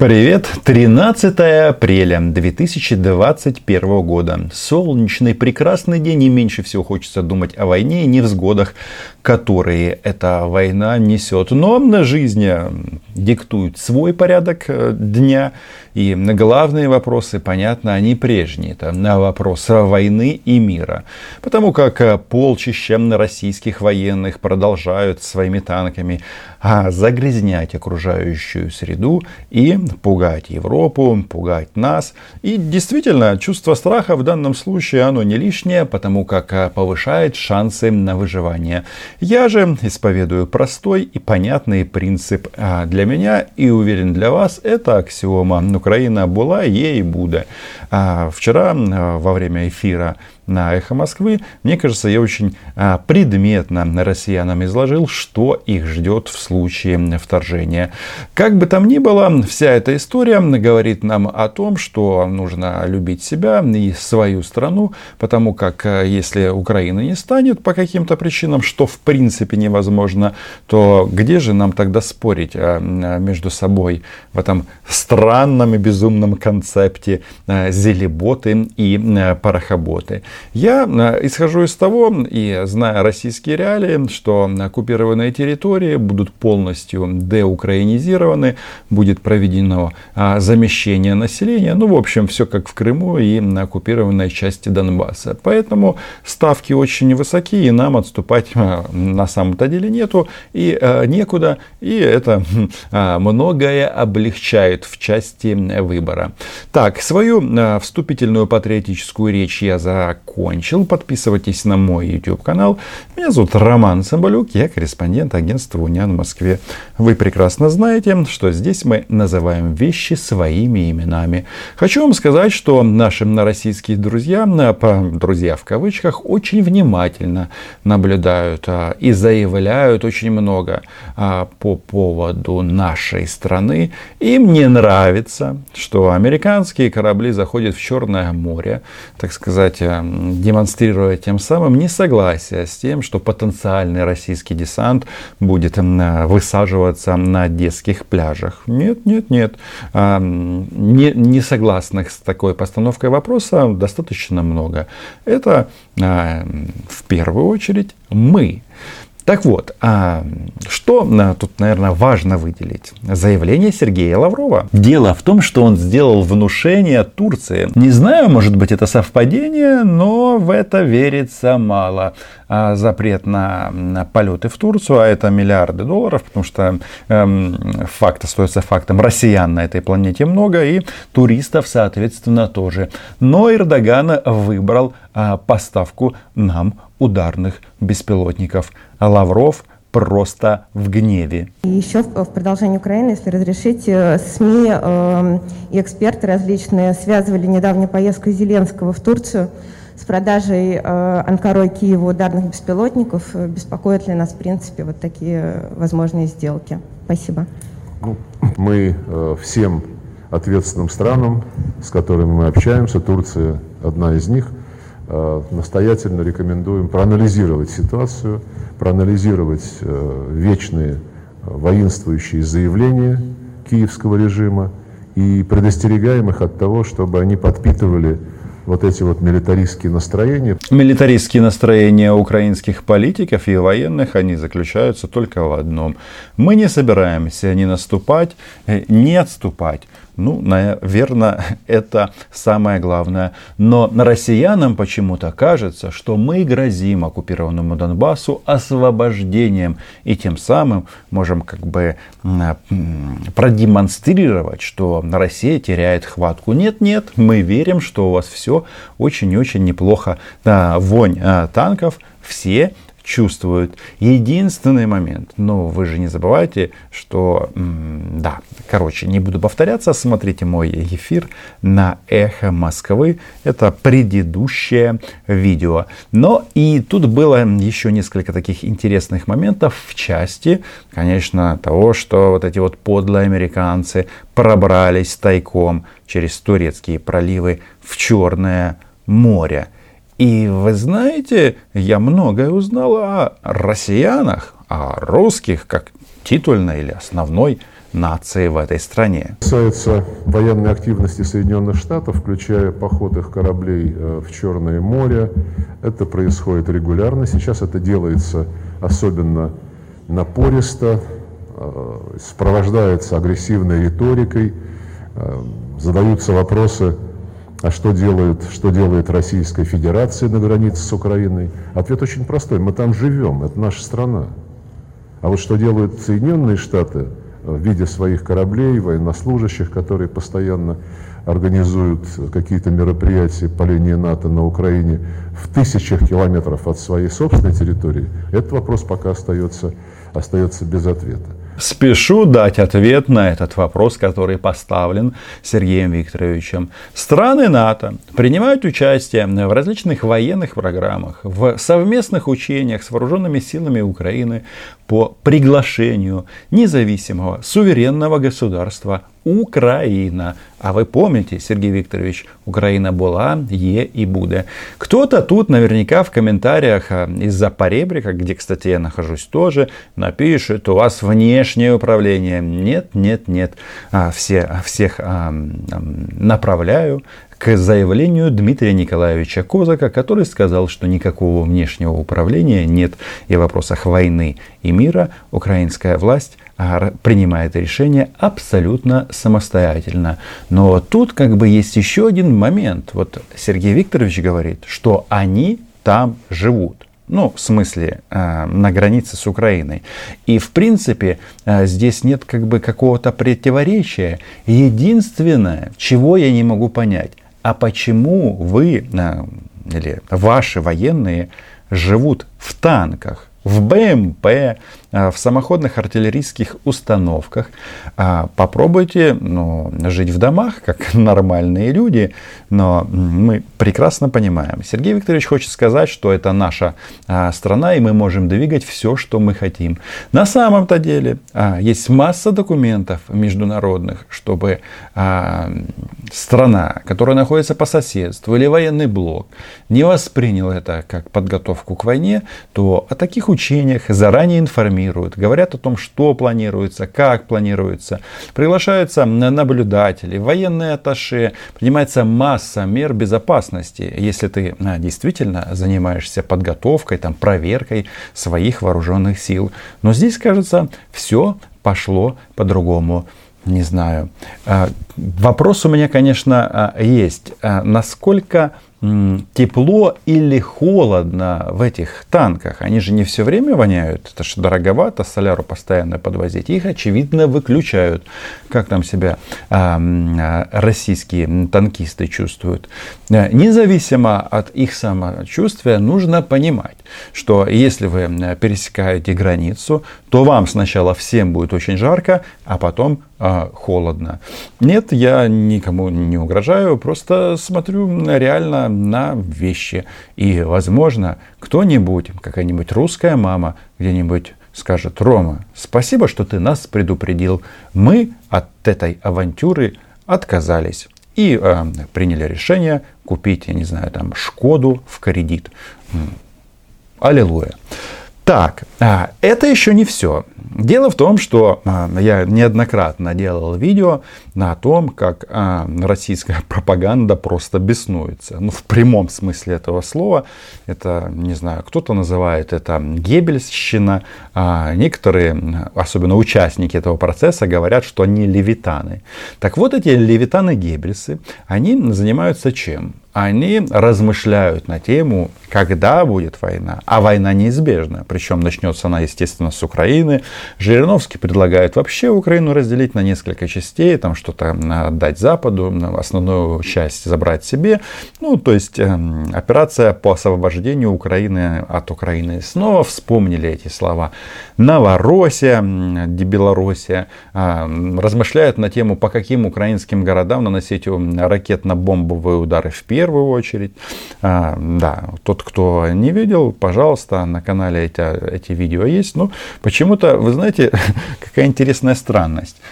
Привет! 13 апреля 2021 года. Солнечный, прекрасный день, и меньше всего хочется думать о войне и невзгодах, которые эта война несет. Но жизнь диктует свой порядок дня, и главные вопросы, понятно, они прежние. Это вопрос войны и мира. Потому как полчища российских военных продолжают своими танками загрязнять окружающую среду и пугать Европу, пугать нас. И действительно, чувство страха в данном случае оно не лишнее, потому как повышает шансы на выживание. Я же исповедую простой и понятный принцип для меня и уверен для вас, это аксиома. Украина была, є и буде. Вчера во время эфира на «Эхо Москвы», мне кажется, я очень предметно россиянам изложил, что их ждет в случае вторжения. Как бы там ни было, вся эта история говорит нам о том, что нужно любить себя и свою страну, потому как если Украины не станет по каким-то причинам, что в принципе невозможно, то где же нам тогда спорить между собой в этом странном и безумном концепте зелеботы и порохоботы? Я исхожу из того, и зная российские реалии, что оккупированные территории будут полностью деукраинизированы, будет проведено замещение населения, в общем, все как в Крыму и на оккупированной части Донбасса. Поэтому ставки очень высоки, и нам отступать на самом-то деле нету, и некуда, и это многое облегчает в части выбора. Так, свою вступительную патриотическую речь я закончил. Подписывайтесь на мой YouTube канал. Меня зовут Роман Цымбалюк, я корреспондент агентства Униан в Москве. Вы прекрасно знаете, что здесь мы называем вещи своими именами. Хочу вам сказать, что наши российские друзья, друзья в кавычках, очень внимательно наблюдают и заявляют очень много по поводу нашей страны. Им не нравится, что американские корабли заходят в Черное море, так сказать, демонстрируя тем самым несогласие с тем, что потенциальный российский десант будет высаживаться на одесских пляжах. Нет. Несогласных с такой постановкой вопроса достаточно много. Это в первую очередь мы. Так вот, что тут, наверное, важно выделить? Заявление Сергея Лаврова. Дело в том, что он сделал внушение Турции. Не знаю, может быть, это совпадение, но в это верится мало. Запрет на полеты в Турцию, а это миллиарды долларов, потому что факт остается фактом. Россиян на этой планете много, и туристов, соответственно, тоже. Но Эрдоган выбрал поставку нам ударных беспилотников. Лавров просто в гневе. И еще в продолжении Украины, если разрешите, СМИ и эксперты различные связывали недавнюю поездку Зеленского в Турцию с продажей Анкарой Киеву ударных беспилотников. Беспокоят ли нас, в принципе, вот такие возможные сделки? Спасибо. Мы всем ответственным странам, с которыми мы общаемся, Турция одна из них, настоятельно рекомендуем проанализировать ситуацию, проанализировать вечные воинствующие заявления киевского режима и предостерегаем их от того, чтобы они подпитывали вот эти вот милитаристские настроения. Милитаристские настроения украинских политиков и военных, они заключаются только в одном. Мы не собираемся ни наступать, ни отступать. Наверное, это самое главное. Но россиянам почему-то кажется, что мы грозим оккупированному Донбассу освобождением. И тем самым можем продемонстрировать, что Россия теряет хватку. Нет, мы верим, что у вас все очень и очень неплохо. Вонь танков все чувствуют. Единственный момент, вы же не забывайте, что, не буду повторяться, смотрите мой эфир на «Эхо Москвы», это предыдущее видео. Но и тут было еще несколько таких интересных моментов в части, конечно, того, что вот эти вот подлые американцы пробрались тайком через турецкие проливы в Черное море. И вы знаете, я многое узнал о россиянах, о русских, как титульной или основной нации в этой стране. Касается военной активности Соединенных Штатов, включая поход их кораблей в Черное море, это происходит регулярно. Сейчас это делается особенно напористо, сопровождается агрессивной риторикой, задаются вопросы, а что делает Российская Федерация на границе с Украиной? Ответ очень простой: мы там живем, это наша страна. А вот что делают Соединенные Штаты в виде своих кораблей, военнослужащих, которые постоянно организуют какие-то мероприятия по линии НАТО на Украине в тысячах километров от своей собственной территории, этот вопрос пока остается без ответа. Спешу дать ответ на этот вопрос, который поставлен Сергеем Викторовичем. Страны НАТО принимают участие в различных военных программах, в совместных учениях с вооруженными силами Украины по приглашению независимого суверенного государства Украина. А вы помните, Сергей Викторович, Украина была, є и буде. Кто-то тут наверняка в комментариях из-за поребрика, где, кстати, я нахожусь тоже, напишет: у вас внешнее управление. Нет. Всех направляю к заявлению Дмитрия Николаевича Козака, который сказал, что никакого внешнего управления нет, и в вопросах войны и мира украинская власть принимает решения абсолютно самостоятельно. Но тут есть еще один момент. Вот Сергей Викторович говорит, что они там живут. В смысле, на границе с Украиной. И, в принципе, здесь нет какого-то противоречия. Единственное, чего я не могу понять, а почему вы или ваши военные живут в танках, в БМП, в самоходных артиллерийских установках? Попробуйте жить в домах, как нормальные люди. Но мы прекрасно понимаем. Сергей Викторович хочет сказать, что это наша страна, и мы можем двигать все, что мы хотим. На самом-то деле есть масса документов международных, чтобы страна, которая находится по соседству, или военный блок, не воспринял это как подготовку к войне, то о таких учениях заранее информируют, говорят о том, что планируется, как планируется, приглашаются наблюдатели, военные атташе, принимается масса мер безопасности, если ты действительно занимаешься подготовкой, проверкой своих вооруженных сил. Но здесь, кажется, все пошло по-другому. Не знаю. Вопрос у меня, конечно, есть. Насколько тепло или холодно в этих танках? Они же не все время воняют. Это же дороговато соляру постоянно подвозить. Их, очевидно, выключают. Как там себя российские танкисты чувствуют? Независимо от их самочувствия, нужно понимать, что если вы пересекаете границу, то вам сначала всем будет очень жарко, а потом холодно. Нет, я никому не угрожаю, просто смотрю реально на вещи. И, возможно, кто-нибудь, какая-нибудь русская мама где-нибудь скажет: Рома, спасибо, что ты нас предупредил. Мы от этой авантюры отказались и приняли решение купить, я не знаю, Шкоду в кредит. Аллилуйя. Так, это еще не все. Дело в том, что я неоднократно делал видео о том, как российская пропаганда просто беснуется. В прямом смысле этого слова. Это, не знаю, кто-то называет это геббельсщина. Некоторые, особенно участники этого процесса, говорят, что они левитаны. Так вот, эти левитаны-геббельсы, они занимаются чем? Они размышляют на тему, когда будет война. А война неизбежна. Причем начнется она, естественно, с Украины. Жириновский предлагает вообще Украину разделить на несколько частей. Что-то отдать Западу, основную часть забрать себе. То есть операция по освобождению Украины от Украины. Снова вспомнили эти слова. Новороссия, Белоруссия. Размышляют на тему, по каким украинским городам наносить ракетно-бомбовые удары в первую очередь. Да, тот, кто не видел, пожалуйста, на канале эти видео есть. Почему-то, вы знаете, какая интересная странность.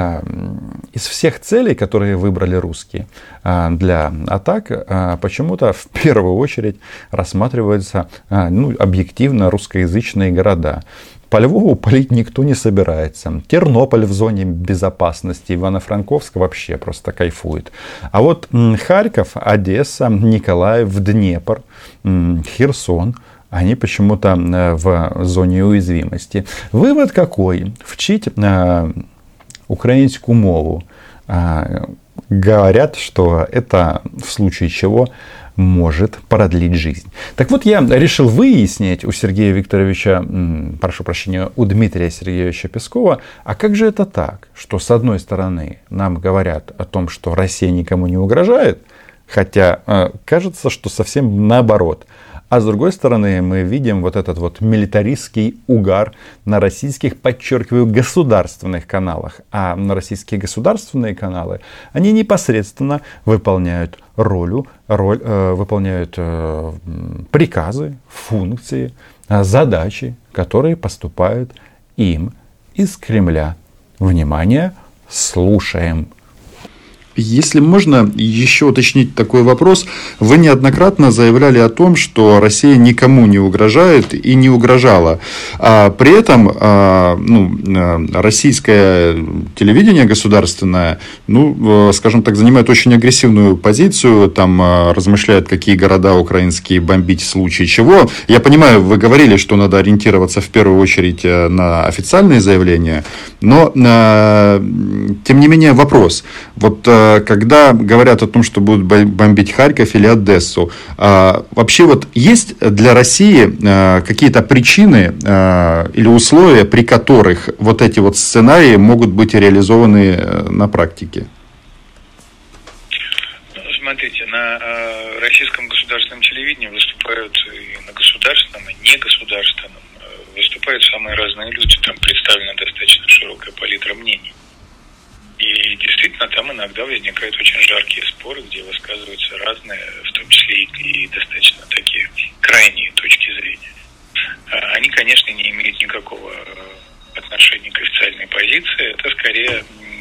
Из всех целей, которые выбрали русские для атак, почему-то в первую очередь рассматриваются объективно русскоязычные города. По Львову палить никто не собирается. Тернополь в зоне безопасности, Ивано-Франковск вообще просто кайфует. А вот Харьков, Одесса, Николаев, Днепр, Херсон, они почему-то в зоне уязвимости. Вывод какой? Вчить украинскую мову. Говорят, что это в случае чего может продлить жизнь. Так вот, я решил выяснить у Сергея Викторовича, прошу прощения, у Дмитрия Сергеевича Пескова, а как же это так, что с одной стороны нам говорят о том, что Россия никому не угрожает, хотя кажется, что совсем наоборот. А с другой стороны, мы видим вот этот вот милитаристский угар на российских, подчеркиваю, государственных каналах. А на российские государственные каналы, они непосредственно выполняют выполняют приказы, функции, задачи, которые поступают им из Кремля. Внимание, слушаем. Если можно еще уточнить такой вопрос. Вы неоднократно заявляли о том, что Россия никому не угрожает и не угрожала. А при этом российское телевидение государственное, скажем так, занимает очень агрессивную позицию. Там размышляют, какие города украинские бомбить в случае чего. Я понимаю, вы говорили, что надо ориентироваться в первую очередь на официальные заявления. Но, тем не менее, вопрос. Вот когда говорят о том, что будут бомбить Харьков или Одессу, вообще вот есть для России какие-то причины или условия, при которых вот эти вот сценарии могут быть реализованы на практике? Смотрите, на российском государственном телевидении выступают и на государственном, и негосударственном. Выступают самые разные люди, там представлена достаточно широкая палитра мнений. И действительно, там иногда возникают очень жаркие споры, где высказываются разные, в том числе и достаточно такие крайние точки зрения. Они, конечно, не имеют никакого отношения к официальной позиции. Это скорее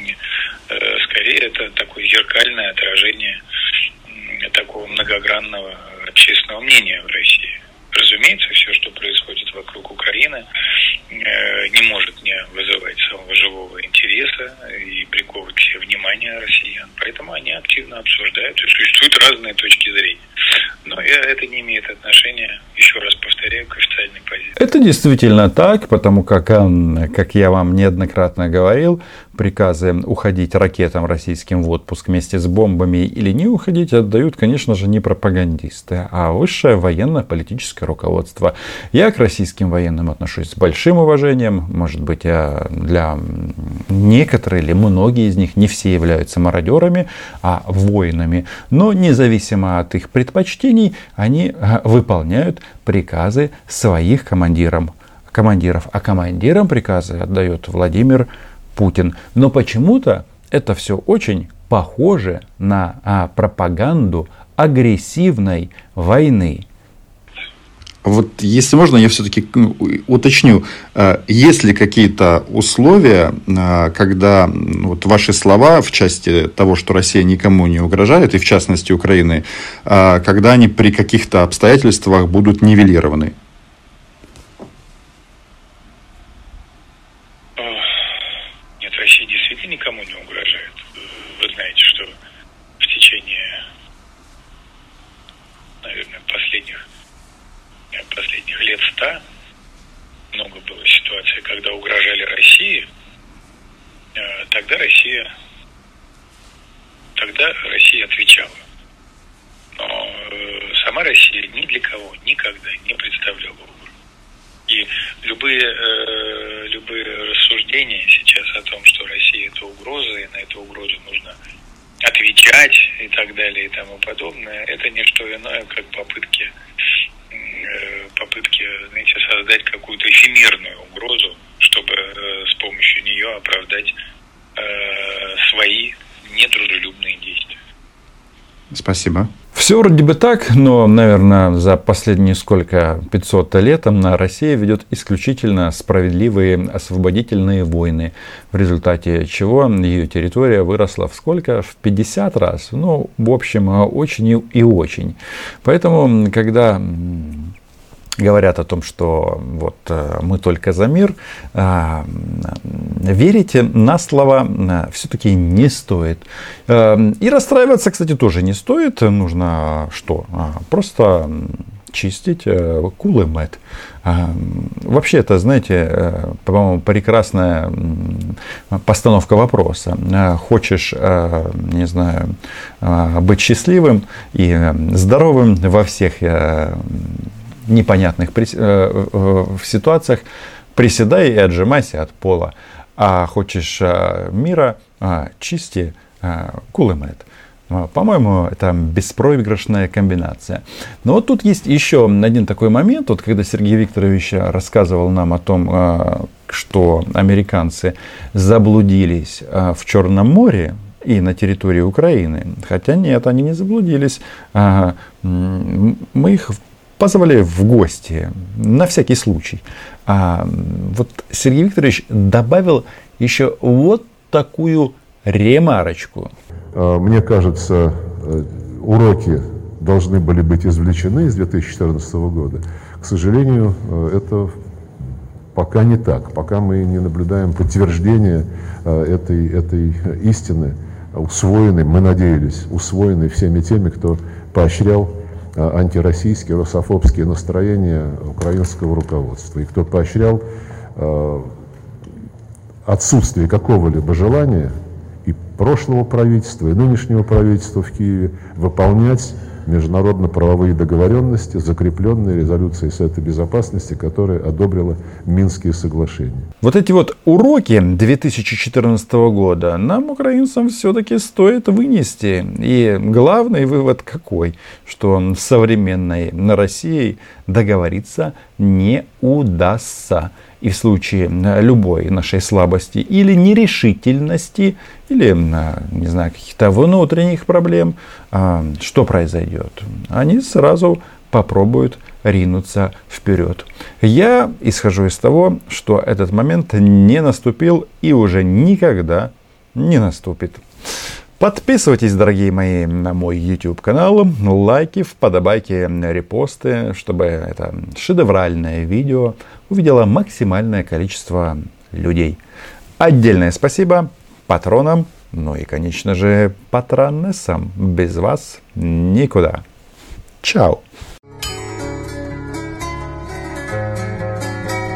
это такое зеркальное отражение такого многогранного общественного мнения в России. Разумеется, все, что происходит вокруг Украины, не может не вызывать самого живого интереса и приковывать к себе внимание россиян. Поэтому они активно обсуждают, и существуют разные точки зрения. Но это не имеет отношения, еще раз повторяю, к официальной позиции. Это действительно так, потому как я вам неоднократно говорил, приказы уходить ракетам российским в отпуск вместе с бомбами или не уходить отдают, конечно же, не пропагандисты, а высшее военно-политическое руководство. Я к российским военным отношусь с большим уважением. Может быть, для некоторых или многие из них, не все являются мародерами, а воинами. Но независимо от их предпочтений, они выполняют приказы своих командиров. А командирам приказы отдает Владимир Путин. Но почему-то это все очень похоже на пропаганду агрессивной войны. Вот если можно, я все-таки уточню, есть ли какие-то условия, когда вот ваши слова в части того, что Россия никому не угрожает, и в частности Украины, когда они при каких-то обстоятельствах будут нивелированы? Нет, Россия действительно никому не угрожает. Вы знаете, что в течение, наверное, последних лет 100 много было ситуаций, когда угрожали России. Тогда Россия отвечала. Но сама Россия ни для кого никогда не представляла угрозу. И любые рассуждения сейчас о том, что Россия это угроза, и на эту угрозу нужно отвечать и так далее и тому подобное, это не что иное, как попытки, знаете, создать какую-то эфемерную угрозу, чтобы с помощью нее оправдать свои недружелюбные действия. Спасибо. Все вроде бы так, но, наверное, за последние 500 лет Россия ведет исключительно справедливые освободительные войны, в результате чего ее территория выросла в 50 раз. В общем, очень и очень. Поэтому, когда говорят о том, что вот мы только за мир, верить на слово все-таки не стоит. И расстраиваться, кстати, тоже не стоит. Нужно что? Просто чистить кулемет. Вообще это, знаете, по-моему, прекрасная постановка вопроса. Хочешь, не знаю, быть счастливым и здоровым во всех непонятных ситуациях, приседай и отжимайся от пола. А хочешь мира, чисти кулемет. По-моему, это беспроигрышная комбинация. Но вот тут есть еще один такой момент. Вот когда Сергей Викторович рассказывал нам о том, что американцы заблудились в Черном море и на территории Украины. Хотя нет, они не заблудились. Мы их позвали в гости, на всякий случай. Вот Сергей Викторович добавил еще вот такую ремарочку. Мне кажется, уроки должны были быть извлечены из 2014 года. К сожалению, это пока не так. Пока мы не наблюдаем подтверждения этой истины, усвоенной, мы надеялись, усвоенной всеми теми, кто поощрял антироссийские, русофобские настроения украинского руководства. И кто поощрял отсутствие какого-либо желания и прошлого правительства, и нынешнего правительства в Киеве выполнять международно-правовые договоренности, закрепленные резолюцией Совета Безопасности, которая одобрила Минские соглашения. Вот эти вот уроки 2014 года нам, украинцам, все-таки стоит вынести. И главный вывод какой? Что с современной Россией договориться не удастся. И в случае любой нашей слабости или нерешительности, или, не знаю, каких-то внутренних проблем, что произойдет? Они сразу попробуют ринуться вперед. Я исхожу из того, что этот момент не наступил и уже никогда не наступит. Подписывайтесь, дорогие мои, на мой YouTube канал, лайки, вподобайки, репосты, чтобы это шедевральное видео увидело максимальное количество людей. Отдельное спасибо патронам, ну и, конечно же, патронессам. Без вас никуда. Чао!